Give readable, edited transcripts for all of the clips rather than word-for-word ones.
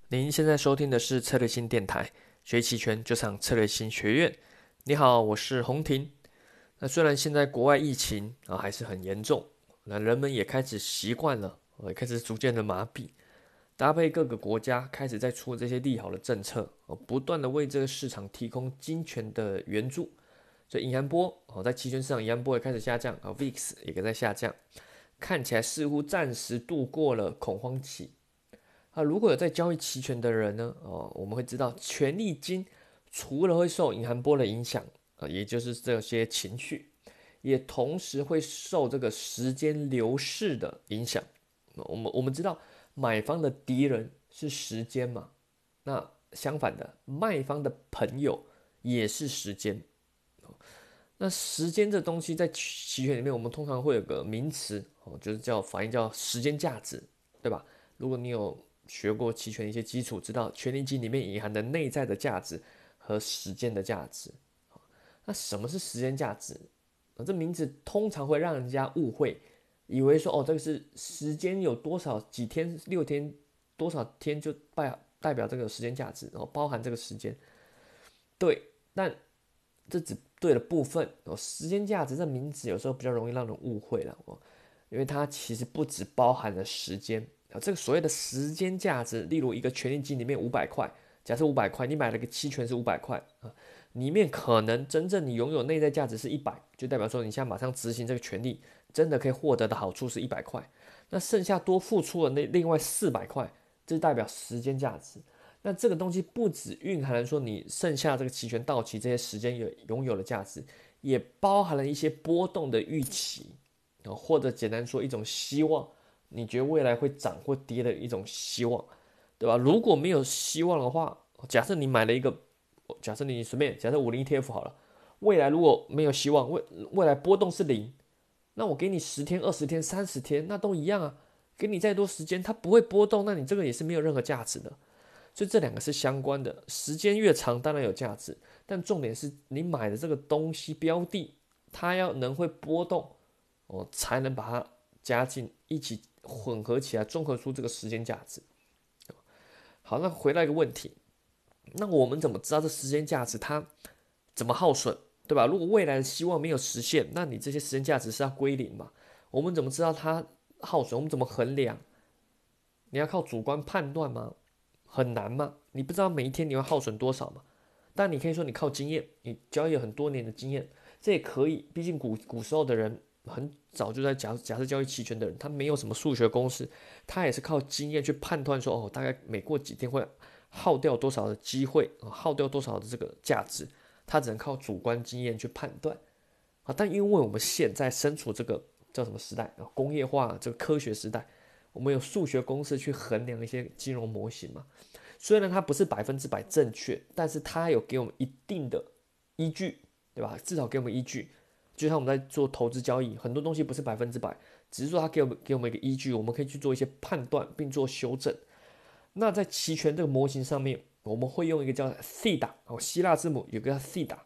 您现在收听的是策略星电台，学期权就上策略星学院。你好，我是洪婷。那虽然现在国外疫情还是很严重，那人们也开始习惯了，也开始逐渐的麻痹，搭配各个国家开始在出这些利好的政策，不断的为这个市场提供金权的援助。所以隐含波在期权市场隐含波也开始下降，VIX 也在下降，看起来似乎暂时度过了恐慌期。如果有在交易期权的人呢，我们会知道权利金除了会受隐含波的影响也就是这些情绪，也同时会受这个时间流逝的影响。我们知道买方的敌人是时间嘛，那相反的，卖方的朋友也是时间。那时间这东西在期权里面，我们通常会有个名词就是反义叫时间价值，对吧？如果你有学过期权一些基础，知道权利金里面隐含的内在的价值和时间的价值。那什么是时间价值？这名字通常会让人家误会，以为说这个是时间有多少几天6天多少天就代表这个时间价值，然后包含这个时间。对，但这只对了部分时间价值这名字有时候比较容易让人误会了因为它其实不只包含了时间这个所谓的时间价值，例如一个权利金里面500块，假设500块，你买了个期权是500块里面可能真正你拥有内在价值是100，就代表说你现在马上执行这个权利，真的可以获得的好处是100块，那剩下多付出的那另外400块，这代表时间价值。那这个东西不只蕴含了说你剩下这个期权到期这些时间拥有的价值，也包含了一些波动的预期或者简单说一种希望，你觉得未来会涨或跌的一种希望，对吧？如果没有希望的话，假设你买了一个，假设你随便假设50 ETF 好了，未来如果没有希望，未来波动是零，那我给你10天、20天、30天，那都一样啊。给你再多时间，它不会波动，那你这个也是没有任何价值的。所以这两个是相关的，时间越长当然有价值，但重点是你买的这个东西标的，它要能会波动才能把它加进一起混合起来，综合出这个时间价值。好，那回来一个问题，那我们怎么知道这时间价值它怎么耗损，对吧？如果未来的希望没有实现，那你这些时间价值是要归零嘛？我们怎么知道它耗损？我们怎么衡量？你要靠主观判断吗？很难吗？你不知道每一天你会耗损多少吗？但你可以说你靠经验，你交易了很多年的经验，这也可以。毕竟古时候的人很早就在假设交易期权的人，他没有什么数学公式，他也是靠经验去判断说，大概每过几天会耗掉多少的机会，耗掉多少的这个价值，他只能靠主观经验去判断但因为我们现在身处这个叫什么时代工业化这个科学时代，我们有数学公式去衡量一些金融模型嘛。虽然它不是100%正确，但是它有给我们一定的依据，对吧？至少给我们依据。就像我们在做投资交易，很多东西不是100%，只是说它给我们一个依据，我们可以去做一些判断，并做修正。那在期权这个模型上面，我们会用一个叫 theta 希腊字母有个叫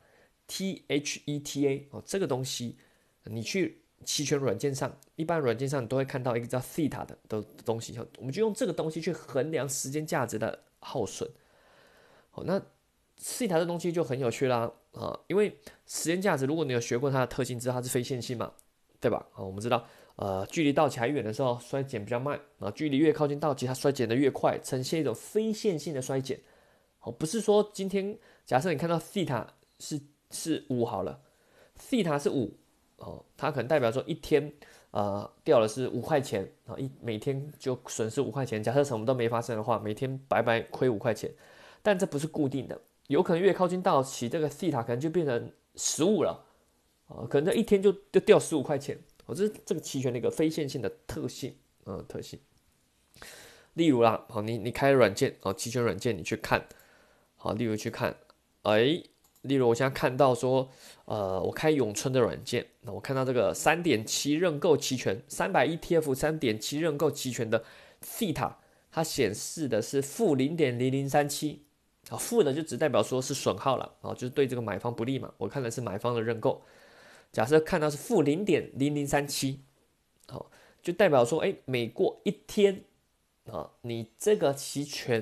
theta，T-H-E-T-A 这个东西，你去期权软件上，一般软件上你都会看到一个叫 theta 的东西，我们就用这个东西去衡量时间价值的耗损。好，那 theta 这东西就很有趣啦因为时间价值，如果你有学过它的特性，知道它是非线性嘛，对吧？我们知道，距离到期还远的时候，衰减比较慢距离越靠近到期，它衰减的越快，呈现一种非线性的衰减。不是说今天假设你看到 theta 是5好了，theta 是5它可能代表说一天掉的是5块钱每天就损失5块钱。假设什么都没发生的话，每天白白亏5块钱，但这不是固定的，有可能越靠近到期，这个 theta 可能就变成15了可能这一天就掉15块钱这是这个期权的一个非线性的特性。例如啦，你开软件期权软件你去看例如去看，例如我现在看到说，我开永春的软件，那我看到这个3.7认购期权300 ETF 3.7认购期权的 theta， 它显示的是负0.0037负的就只代表说是损耗了就是对这个买方不利嘛。我看的是买方的认购，假设看到是负0.0037，就代表说，每过一天你这个期权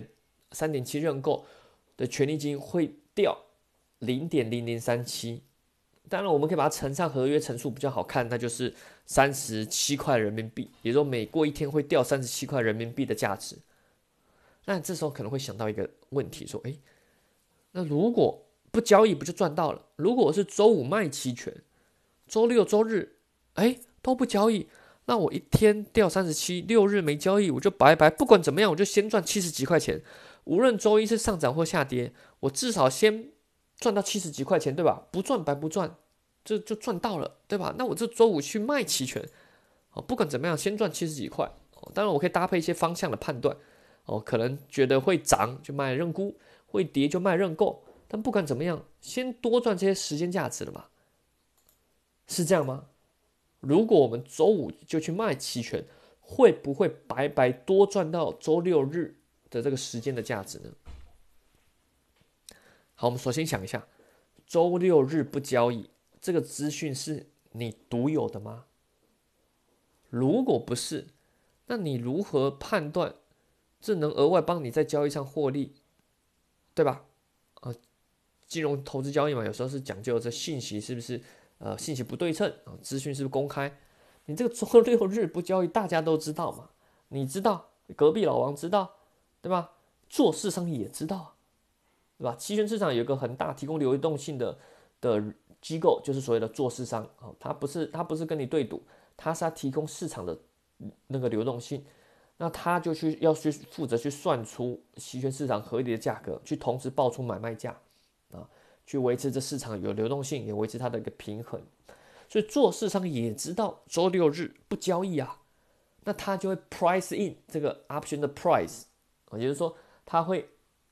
3.7认购的权利金会掉0.0037。当然，我们可以把它乘上合约乘数比较好看，那就是37块人民币，也就是说每过一天会掉37块人民币的价值。那这时候可能会想到一个问题，说，那如果不交易不就赚到了？如果我是周五卖期权，周六周日，都不交易，那我一天掉37，6日没交易，我就白白，不管怎么样，我就先赚70几块钱。无论周一是上涨或下跌，我至少先赚到70几块钱，对吧？不赚白不赚，这就赚到了，对吧？那我这周五去卖期权，不管怎么样，先赚70几块。当然，我可以搭配一些方向的判断，可能觉得会涨就卖认沽，会跌就卖认购。但不管怎么样，先多赚这些时间价值了嘛？是这样吗？如果我们周五就去卖期权，会不会白白多赚到周六日的这个时间的价值呢？好，我们首先想一下，周六日不交易，这个资讯是你独有的吗？如果不是，那你如何判断这能额外帮你在交易上获利，对吧？金融投资交易嘛，有时候是讲究这信息是不是信息不对称啊，资讯是不是公开？你这个周六日不交易，大家都知道嘛？你知道，隔壁老王知道，对吧？做市商也知道，对吧？期权市场有一个很大提供流动性的机构，就是所谓的做市商啊，它不是跟你对赌，它是要提供市场的那个流动性。那他就要去负责去算出期权市场合理的价格，去同时报出买卖价去维持这市场有流动性，也维持它的一个平衡。所以做市商也知道周六日不交易啊，那他就会 price in 这个 option 的 price， 也就是说他会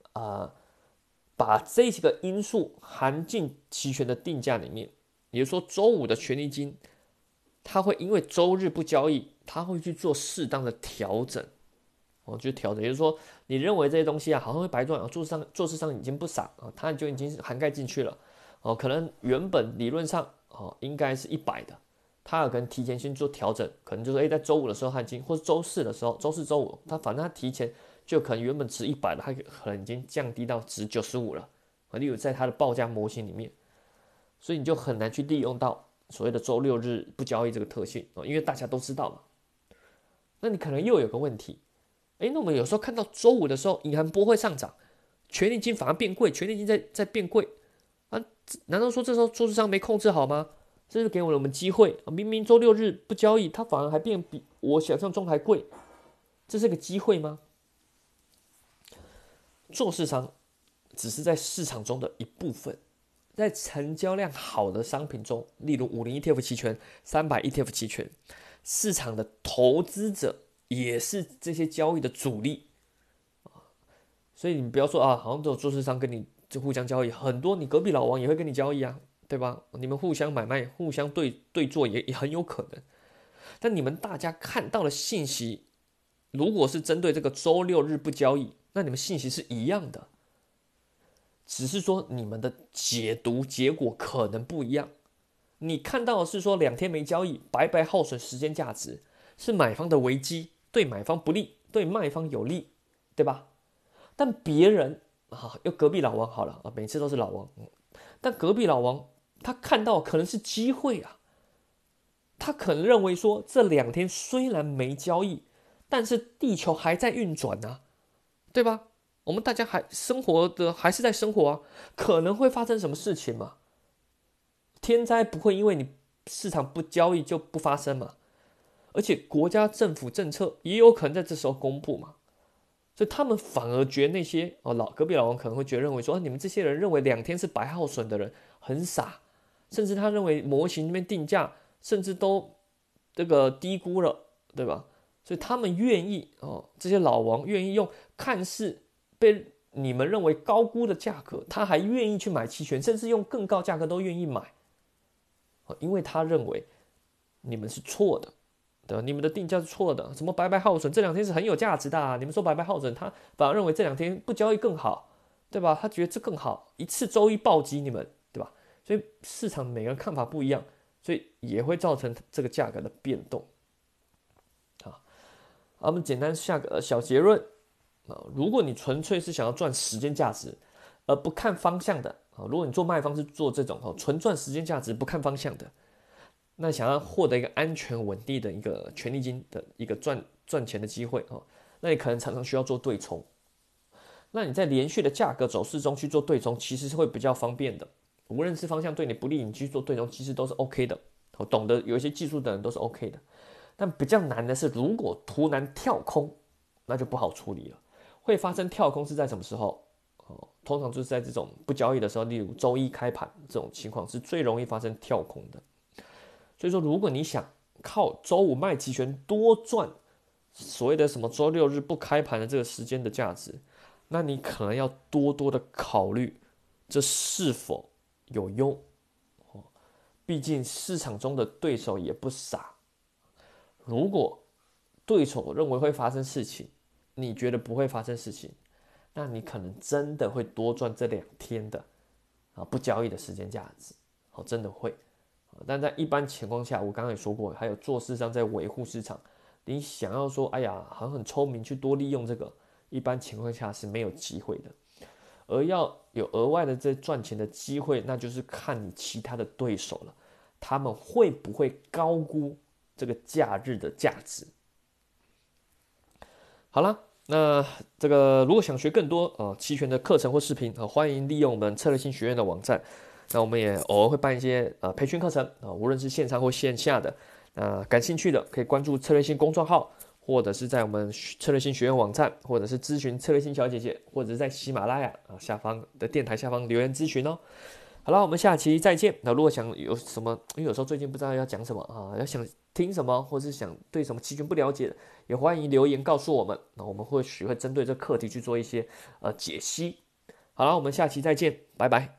把这几个因素含进期权的定价里面。也就是说，周五的权利金，他会因为周日不交易，他会去做适当的调整。就调整，也就是说，你认为这些东西好像会白赚，做市商已经不傻他就已经涵盖进去了。可能原本理论上应该是100的，他有可能提前先做调整，可能就是在周五的时候他已经，或是周四的时候，周四周五反正他提前就可能原本值100的，他可能已经降低到值95了。例如在他的报价模型里面，所以你就很难去利用到所谓的周六日不交易这个特性因为大家都知道嘛。那你可能又有个问题。那我们有时候看到周五的时候，银行波会上涨，权利金反而变贵，权利金在变贵难道说这时候做市商没控制好吗？这是给我们机会明明周六日不交易，它反而还变比我想象中还贵，这是个机会吗？做市商只是在市场中的一部分，在成交量好的商品中，例如50 ETF 期权、300 ETF 期权，市场的投资者也是这些交易的主力所以你不要说好像只有做市商跟你就互相交易，很多你隔壁老王也会跟你交易对吧？你们互相买卖、互相对做也很有可能。但你们大家看到的信息，如果是针对这个周六日不交易，那你们信息是一样的，只是说你们的解读结果可能不一样。你看到的是说2天没交易，白白耗损时间价值，是买方的危机，对买方不利，对卖方有利，对吧？但别人又隔壁老王好了每次都是老王但隔壁老王他看到可能是机会他可能认为说这2天虽然没交易，但是地球还在运转对吧？我们大家还生活的还是在生活可能会发生什么事情嘛？天灾不会因为你市场不交易就不发生嘛？而且国家政府政策也有可能在这时候公布嘛？所以他们反而觉得那些隔壁老王可能会认为说你们这些人认为2天是白耗损的人很傻，甚至他认为模型那边定价甚至都这个低估了，对吧？所以他们愿意这些老王愿意用看似被你们认为高估的价格，他还愿意去买期权，甚至用更高价格都愿意买因为他认为你们是错的。对吧？你们的定价是错的，什么白白耗损，这2天是很有价值的你们说白白耗损，他反而认为这2天不交易更好，对吧？他觉得这更好，一次周一暴击你们，对吧？所以市场每个人看法不一样，所以也会造成这个价格的变动我们简单下个小结论如果你纯粹是想要赚时间价值，而不看方向的如果你做卖方是做这种纯赚时间价值不看方向的，那想要获得一个安全稳定的一个权利金的一个赚钱的机会那你可能常常需要做对冲。那你在连续的价格走势中去做对冲，其实是会比较方便的。无论是方向对你不利，你去做对冲，其实都是 OK 的。懂得有一些技术的人都是 OK 的。但比较难的是，如果突然跳空，那就不好处理了。会发生跳空是在什么时候？通常就是在这种不交易的时候，例如周一开盘这种情况是最容易发生跳空的。所以说，如果你想靠周五卖期权多赚所谓的什么周六日不开盘的这个时间的价值，那你可能要多多的考虑这是否有用。毕竟市场中的对手也不傻，如果对手认为会发生事情，你觉得不会发生事情，那你可能真的会多赚这2天的不交易的时间价值，真的会。但在一般情况下，我刚刚也说过，还有做市商在维护市场，你想要说，哎呀，好像很聪明去多利用这个，一般情况下是没有机会的。而要有额外的这赚钱的机会，那就是看你其他的对手了，他们会不会高估这个假日的价值。好了，那这个如果想学更多期权的课程或视频欢迎利用我们策略性学院的网站。那我们也偶尔会办一些培训课程无论是线上或线下的。感兴趣的可以关注策略性公众号，或者是在我们策略性学院网站，或者是咨询策略性小姐姐，或者是在喜马拉雅下方的电台下方留言咨询哦。好了，我们下期再见。那如果想有什么，因为有时候最近不知道要讲什么要想听什么，或是想对什么期权不了解的，也欢迎留言告诉我们。那我们或许会针对这课题去做一些解析。好了，我们下期再见，拜拜。